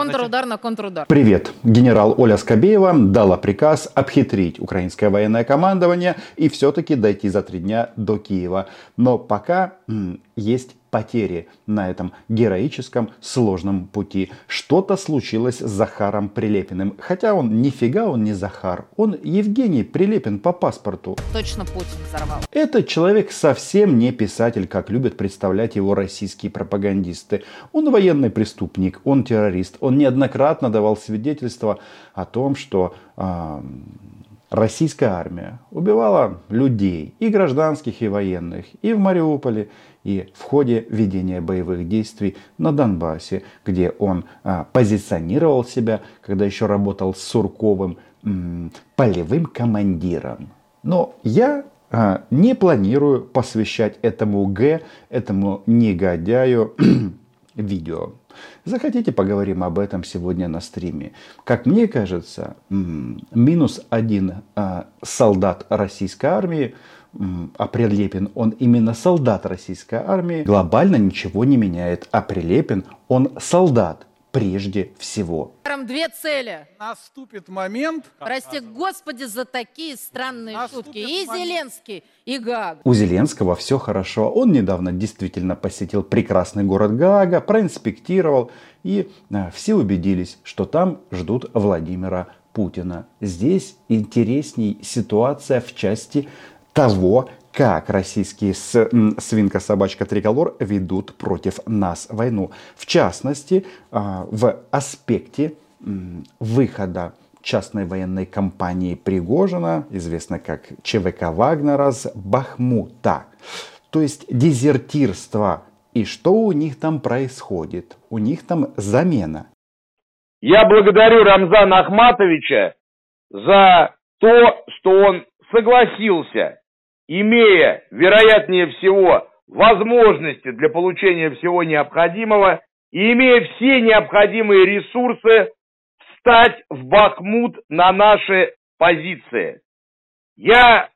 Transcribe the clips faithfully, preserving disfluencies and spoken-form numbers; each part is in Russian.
Контрудар на контрудар. Привет. Генерал Оля Скобеева дала приказ обхитрить украинское военное командование и все-таки дойти за три дня до Киева. Но пока м, есть потери на этом героическом сложном пути. Что-то случилось с Захаром Прилепиным. Хотя он нифига он не Захар. Он Евгений Прилепин по паспорту. Точно Путин взорвал. Этот человек совсем не писатель, как любят представлять его российские пропагандисты. Он военный преступник, он террорист. Он неоднократно давал свидетельства о том, что э, российская армия убивала людей, и гражданских, и военных, и в Мариуполе, и в ходе ведения боевых действий на Донбассе, где он а, позиционировал себя, когда еще работал с Сурковым, м, полевым командиром. Но я а, не планирую посвящать этому Г, этому негодяю видео. Захотите, поговорим об этом сегодня на стриме. Как мне кажется, м, минус один а, солдат российской армии, а Прилепин, он именно солдат российской армии, глобально ничего не меняет. А Прилепин, он солдат прежде всего. Две цели. Наступит момент... Прости Господи за такие странные Наступит шутки. И момент. Зеленский, и Гаага. У Зеленского все хорошо. Он недавно действительно посетил прекрасный город Гаага, проинспектировал. И а, все убедились, что там ждут Владимира Путина. Здесь интересней ситуация в части того, как российские свинка-собачка триколор ведут против нас войну. В частности, в аспекте выхода частной военной компании Пригожина, известной как ЧВК Вагнера, с Бахмута. То есть дезертирство. И что у них там происходит? У них там замена. Я благодарю Рамзана Ахматовича за то, что он согласился, имея, вероятнее всего, возможности для получения всего необходимого и имея все необходимые ресурсы, встать в Бахмут на наши позиции. Я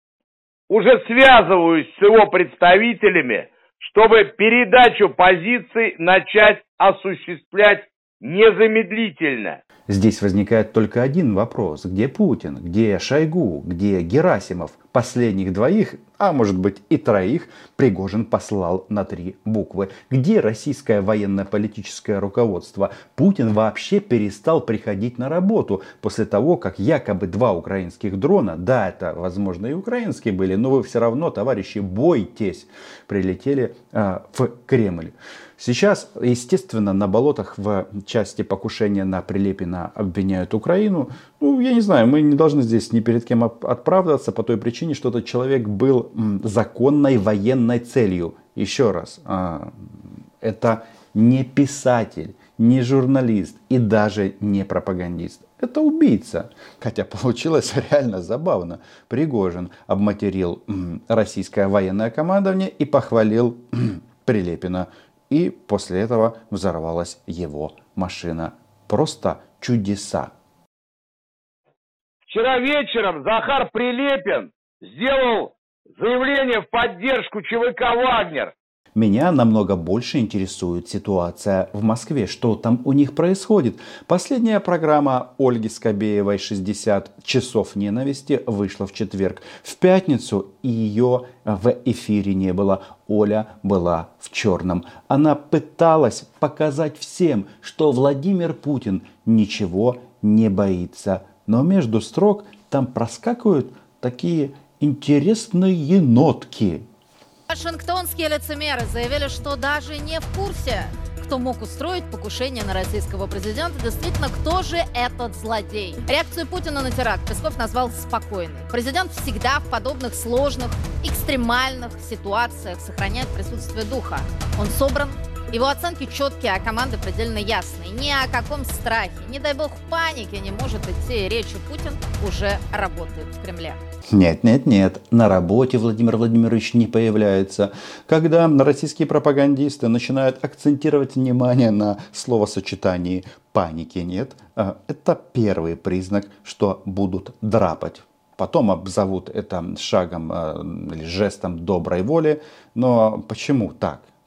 уже связываюсь с его представителями, чтобы передачу позиций начать осуществлять незамедлительно. Здесь возникает только один вопрос. Где Путин? Где Шойгу? Где Герасимов? Последних двоих, а может быть и троих, Пригожин послал на три буквы. Где российское военно-политическое руководство? Путин вообще перестал приходить на работу после того, как якобы два украинских дрона, да, это, возможно, и украинские были, но вы все равно, товарищи, бойтесь, прилетели э, в Кремль. Сейчас, естественно, на болотах в части покушения на Прилепина обвиняют Украину. Ну, я не знаю, мы не должны здесь ни перед кем оправдываться по той причине, что этот человек был законной военной целью. Еще раз, это не писатель, не журналист и даже не пропагандист. Это убийца. Хотя получилось реально забавно. Пригожин обматерил российское военное командование и похвалил Прилепина. И после этого взорвалась его машина. Просто чудеса. Вчера вечером Захар Прилепин сделал заявление в поддержку ЧВК «Вагнер». Меня намного больше интересует ситуация в Москве. Что там у них происходит? Последняя программа Ольги Скобеевой «шестьдесят часов ненависти» вышла в четверг. В пятницу ее в эфире не было. Оля была в черном. Она пыталась показать всем, что Владимир Путин ничего не боится. Но между строк там проскакивают такие интересные нотки. Вашингтонские лицемеры заявили, что даже не в курсе, кто мог устроить покушение на российского президента. Действительно, кто же этот злодей? Реакцию Путина на теракт Песков назвал спокойной. Президент всегда в подобных сложных, экстремальных ситуациях сохраняет присутствие духа. Он собран, его оценки четкие, а команды предельно ясные. Ни о каком страхе, не дай бог панике не может идти речь. Путин уже работает в Кремле. Нет, нет, нет. На работе Владимир Владимирович не появляется. Когда российские пропагандисты начинают акцентировать внимание на словосочетании паники, нет, это первый признак, что будут драпать. Потом обзовут это шагом или жестом доброй воли. Но почему так?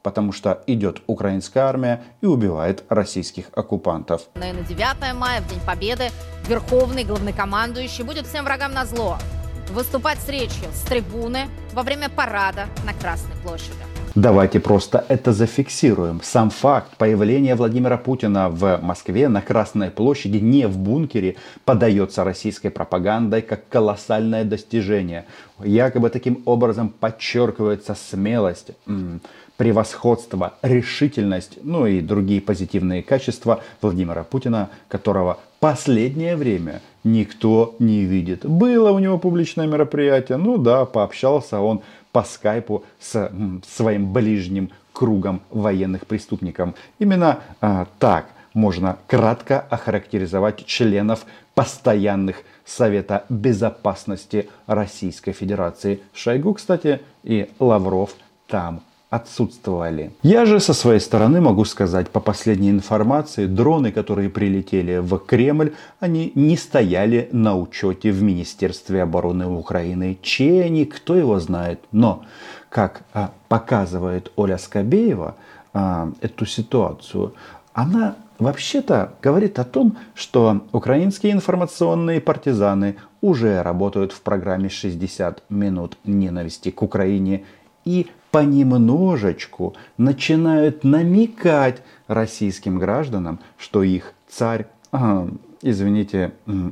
потому что идет украинская армия и убивает российских оккупантов. И на девятое мая, в День Победы, верховный главнокомандующий будет всем врагам назло выступать с речью с трибуны во время парада на Красной площади. Давайте просто это зафиксируем. Сам факт появления Владимира Путина в Москве на Красной площади, не в бункере, подается российской пропагандой как колоссальное достижение. Якобы таким образом подчеркивается смелость, превосходство, решительность, ну и другие позитивные качества Владимира Путина, которого последнее время никто не видит. Было у него публичное мероприятие, ну да, пообщался он по скайпу с м, своим ближним кругом военных преступников. Именно а, так можно кратко охарактеризовать членов постоянных Совета Безопасности Российской Федерации. Шойгу, кстати, и Лавров там отсутствовали. Я же со своей стороны могу сказать, по последней информации, дроны, которые прилетели в Кремль, они не стояли на учете в Министерстве обороны Украины. Чьи они, кто его знает. Но, как а, показывает Оля Скабеева а, эту ситуацию, она вообще-то говорит о том, что украинские информационные партизаны уже работают в программе шестьдесят минут ненависти к Украине и понемножечку начинают намекать российским гражданам, что их царь, а, извините,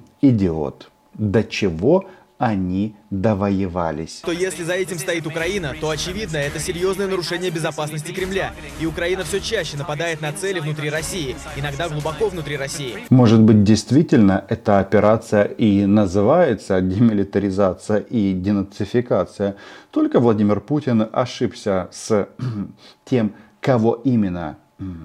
идиот. До чего они довоевались. То если за этим стоит Украина, то очевидно, это серьезное нарушение безопасности Кремля. И Украина все чаще нападает на цели внутри России, иногда глубоко внутри России. Может быть, действительно эта операция и называется демилитаризация и денацификация. Только Владимир Путин ошибся с тем, кого именно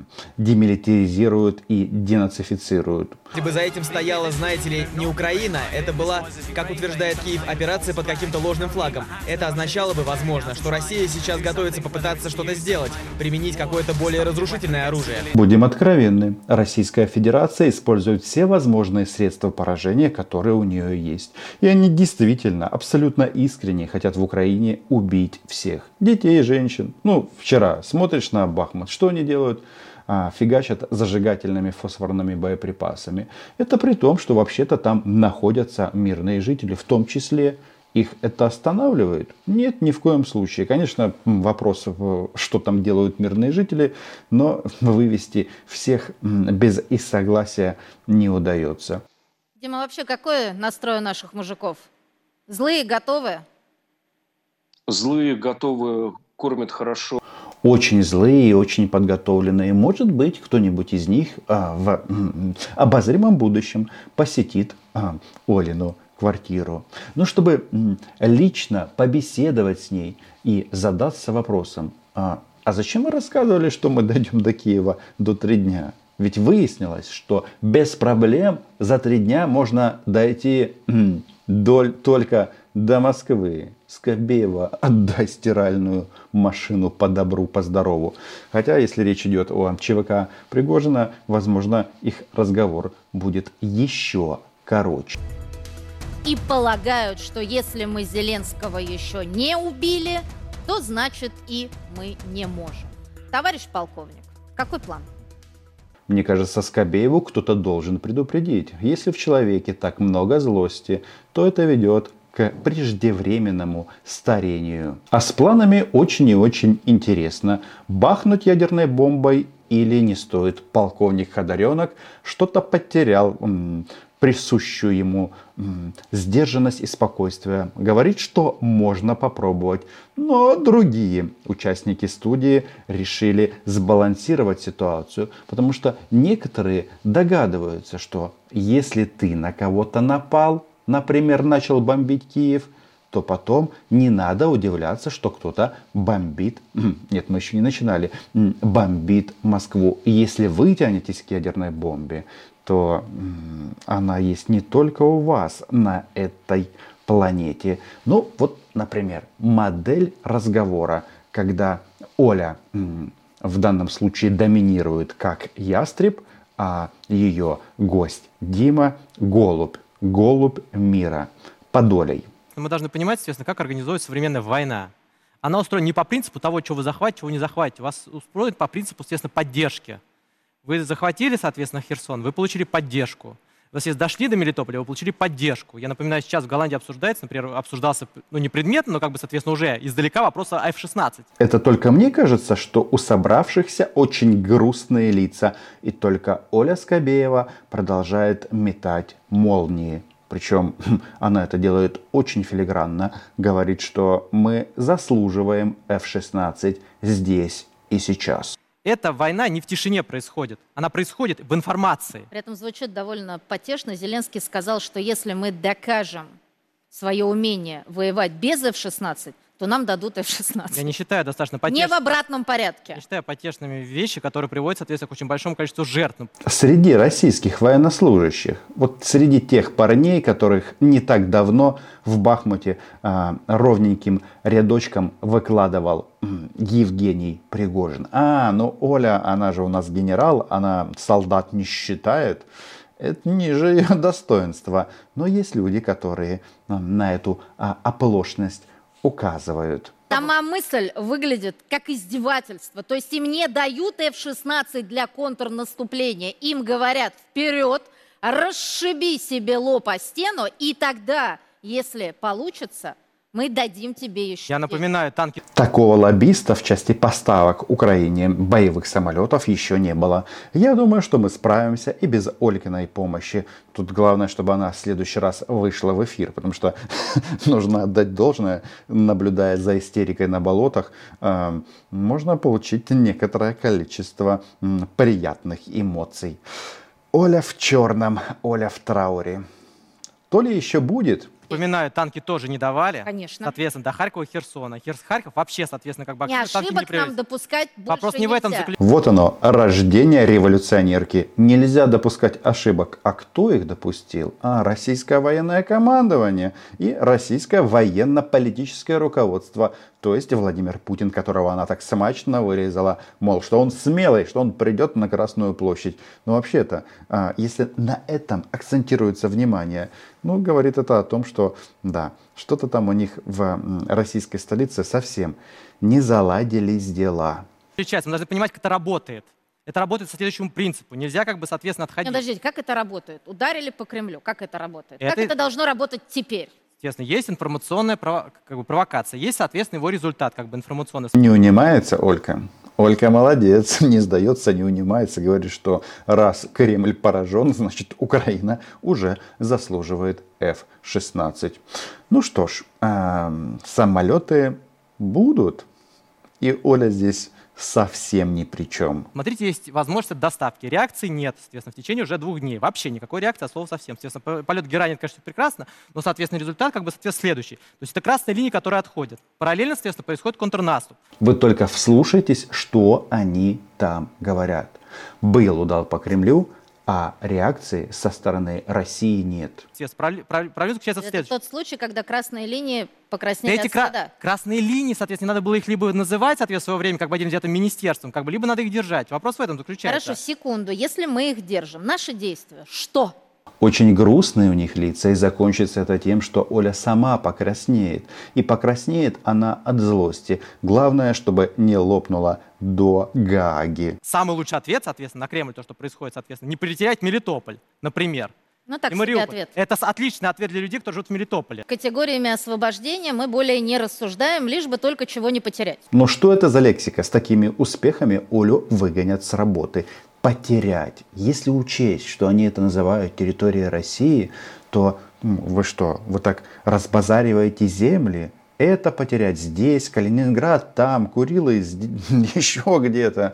демилитаризируют и денацифицируют. Если бы за этим стояла, знаете ли, не Украина, это была, как утверждает Киев, операция под каким-то ложным флагом. Это означало бы, возможно, что Россия сейчас готовится попытаться что-то сделать, применить какое-то более разрушительное оружие. Будем откровенны. Российская Федерация использует все возможные средства поражения, которые у нее есть. И они действительно, абсолютно искренне хотят в Украине убить всех. Детей, женщин. Ну, вчера смотришь на Бахмут, что они делают? А, фигачат зажигательными фосфорными боеприпасами. Это при том, что вообще-то там находятся мирные жители, в том числе. Их это останавливает? Нет, ни в коем случае. Конечно, вопрос, что там делают мирные жители, но вывести всех без их согласия не удается. Дима, вообще какой настрой у наших мужиков? Злые, готовые? Злые, готовые, кормят хорошо. Очень злые и очень подготовленные. Может быть, кто-нибудь из них а, в м, обозримом будущем посетит а, Олину квартиру. Но чтобы м, лично побеседовать с ней и задаться вопросом, а, а зачем вы рассказывали, что мы дойдем до Киева до три дня? Ведь выяснилось, что без проблем за три дня можно дойти м, доль, только до Москвы. Скабеева, отдай стиральную машину по добру, по здорову. Хотя, если речь идет о ЧВК Пригожина, возможно, их разговор будет еще короче. И полагают, что если мы Зеленского еще не убили, то значит и мы не можем. Товарищ полковник, какой план? Мне кажется, Скабееву кто-то должен предупредить. Если в человеке так много злости, то это ведет к преждевременному старению. А с планами очень и очень интересно. Бахнуть ядерной бомбой или не стоит? Полковник Ходоренок что-то потерял м, присущую ему м, сдержанность и спокойствие. Говорит, что можно попробовать. Но другие участники студии решили сбалансировать ситуацию. Потому что некоторые догадываются, что если ты на кого-то напал, например, начал бомбить Киев, то потом не надо удивляться, что кто-то бомбит, нет, мы еще не начинали, бомбит Москву. И если вы тянетесь к ядерной бомбе, то она есть не только у вас на этой планете. Ну, вот, например, модель разговора, когда Оля в данном случае доминирует как ястреб, а ее гость Дима голубь. Голубь мира. Подолей. Мы должны понимать, естественно, как организуется современная война. она устроена не по принципу того, что вы захватите, чего не захватите. У вас устроен по принципу, естественно, поддержки. Вы захватили, соответственно, Херсон, вы получили поддержку. Вы, если дошли до Мелитополя, вы получили поддержку. Я напоминаю, сейчас в Голландии обсуждается, например, обсуждался, ну, не предметно, но, как бы, соответственно, уже издалека вопрос о эф шестнадцать. Это только мне кажется, что у собравшихся очень грустные лица. И только Оля Скобеева продолжает метать молнии. Причем она это делает очень филигранно. Говорит, что мы заслуживаем эф шестнадцать здесь и сейчас. Эта война не в тишине происходит, она происходит в информации. При этом звучит довольно потешно. Зеленский сказал, что если мы докажем свое умение воевать без эф шестнадцать, то нам дадут эф шестнадцать. Я не считаю достаточно Не потешными. в обратном порядке. Я считаю потешными вещи, которые приводят, соответственно, к очень большому количеству жертв. Среди российских военнослужащих, вот среди тех парней, которых не так давно в Бахмуте а, ровненьким рядочком выкладывал м, Евгений Пригожин. А, ну Оля, она же у нас генерал, она солдат не считает. Это ниже ее достоинства. Но есть люди, которые а, на эту а, оплошность указывают. Сама мысль выглядит как издевательство. То есть им не дают эф шестнадцать для контрнаступления. Им говорят: вперед, расшиби себе лоб о стену, и тогда, если получится, мы дадим тебе еще. Я напоминаю, танки... Такого лоббиста в части поставок Украине боевых самолетов еще не было. Я думаю, что мы справимся и без Олькиной помощи. Тут главное, чтобы она в следующий раз вышла в эфир, потому что нужно отдать должное, наблюдая за истерикой на болотах, э, можно получить некоторое количество м, приятных эмоций. Оля в черном, Оля в трауре. То ли еще будет... Напоминаю, танки тоже не давали. Конечно. Соответственно, до Харькова и Херсона. Херс, Харьков вообще, соответственно, как бы... Не активно танки не ошибок привезли. нам допускать больше Вопрос не в этом нельзя. заключается. Вот оно, рождение революционерки. Нельзя допускать ошибок. А кто их допустил? А, российское военное командование и российское военно-политическое руководство. То есть Владимир Путин, которого она так смачно вырезала. Мол, что он смелый, что он придет на Красную площадь. Но вообще-то, если на этом акцентируется внимание, ну, говорит это о том, что, да, что-то там у них в российской столице совсем не заладились дела. Мы должны понимать, как это работает. Это работает по следующему принципу. Нельзя, как бы, соответственно, отходить. Подождите, как это работает? Ударили по Кремлю. Как это работает? Это- Как это должно работать теперь? Естественно, есть информационная прово- как бы, провокация, есть, соответственно, его результат, как бы информационный. Не унимается Олька. Олька молодец, не сдается, не унимается. Говорит, что раз Кремль поражен, значит Украина уже заслуживает эф шестнадцать. Ну что ж, эм, самолеты будут. И Оля здесь совсем ни при чем. Смотрите, есть возможность доставки. Реакции нет, соответственно, в течение уже двух дней. Вообще никакой реакции, от слова совсем. Соответственно, полет Герани, это, конечно, прекрасно, но, соответственно, результат, как бы, соответственно, следующий. То есть это красная линия, которая отходит. Параллельно, соответственно, происходит контрнаступ. Вы только вслушайтесь, что они там говорят. Был удар по Кремлю, а реакции со стороны России нет. Соответственно, проблема заключается в Это следующем. тот случай, когда красные линии Да покраснели эти от кра- стыда. красные линии, соответственно, надо было их либо называть, соответственно, в свое время, как бы отдельно взятым министерством, как бы, либо надо их держать. Вопрос в этом заключается. Хорошо, секунду. Если мы их держим, наши действия, что? Очень грустные у них лица, и закончится это тем, что Оля сама покраснеет. И покраснеет она от злости. Главное, чтобы не лопнула до Гааги. Самый лучший ответ, соответственно, на Кремль, то, что происходит, соответственно, не потерять Мелитополь, например. Ну так И себе Мариуполь. ответ. Это с- отличный ответ для людей, кто живет в Мелитополе. Категориями освобождения мы более не рассуждаем, лишь бы только чего не потерять. Но что это за лексика? С такими успехами Олю выгонят с работы. Потерять. Если учесть, что они это называют территорией России, то ну, вы что, вы так разбазариваете земли? Это потерять здесь, Калининград, там, Курилы, еще где-то.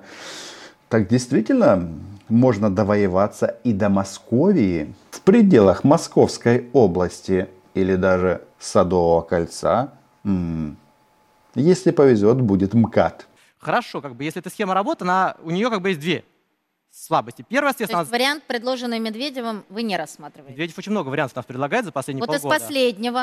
Так действительно можно довоеваться и до Московии. В пределах Московской области или даже Садового кольца. М-м. Если повезет, будет МКАД. Хорошо, как бы, если эта схема работает, она, у нее как бы есть две слабости. Первая, То соответственно, есть вариант, предложенный Медведевым, вы не рассматриваете. Медведев очень много вариантов нас предлагает за последние Вот из полгода. последнего.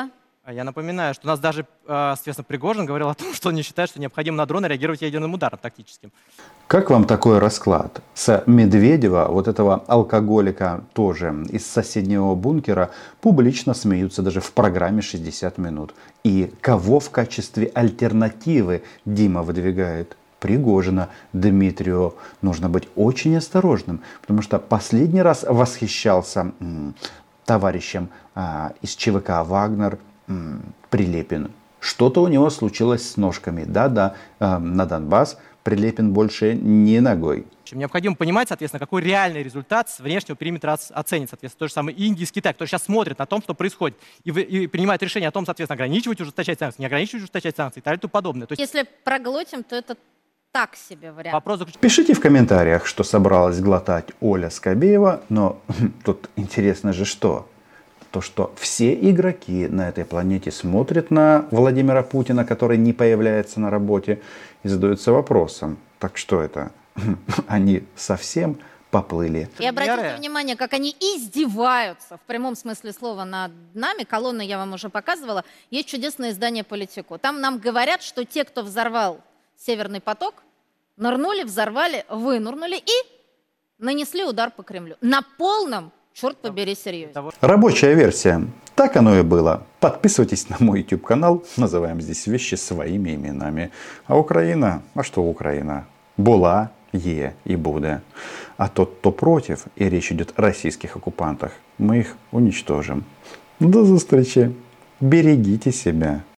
А я напоминаю, что у нас даже, э, соответственно, Пригожин говорил о том, что он не считает, что необходимо на дроны реагировать ядерным ударом тактическим. Как вам такой расклад? С Медведева, вот этого алкоголика тоже из соседнего бункера, публично смеются даже в программе шестьдесят минут. И кого в качестве альтернативы Дима выдвигает? Пригожина, Дмитрию. Нужно быть очень осторожным, потому что последний раз восхищался м, товарищем а, из ЧВК «Вагнер» м, Прилепин. Что-то у него случилось с ножками. Да-да, э, на Донбасс Прилепин больше не ногой. Необходимо понимать, соответственно, какой реальный результат с внешнего периметра оценит. Соответственно, то же самое Индия с Китаем, которые сейчас смотрят на том, что происходит, и, вы, и принимают решение о том, соответственно, ограничивать, ужесточать санкции, не ограничивать, ужесточать санкции и так далее и тому подобное. То есть, Если проглотим, то это так себе вариант. вопрос заключается... Пишите в комментариях, что собралась глотать Оля Скобеева, но тут интересно же что? То, что все игроки на этой планете смотрят на Владимира Путина, который не появляется на работе, и задаются вопросом, так что это? Они совсем поплыли. И обратите Меры. внимание, как они издеваются в прямом смысле слова над нами. Колонны я вам уже показывала. Есть чудесное издание «Политику». Там нам говорят, что те, кто взорвал Северный поток, нырнули, взорвали, вынырнули и нанесли удар по Кремлю. На полном, черт побери, серьезе. Рабочая версия. Так оно и было. Подписывайтесь на мой YouTube канал. Называем здесь вещи своими именами. А Украина? А что Украина? Була, є и буде. А тот, кто против, и речь идет о российских оккупантах, мы их уничтожим. До встречи. Берегите себя.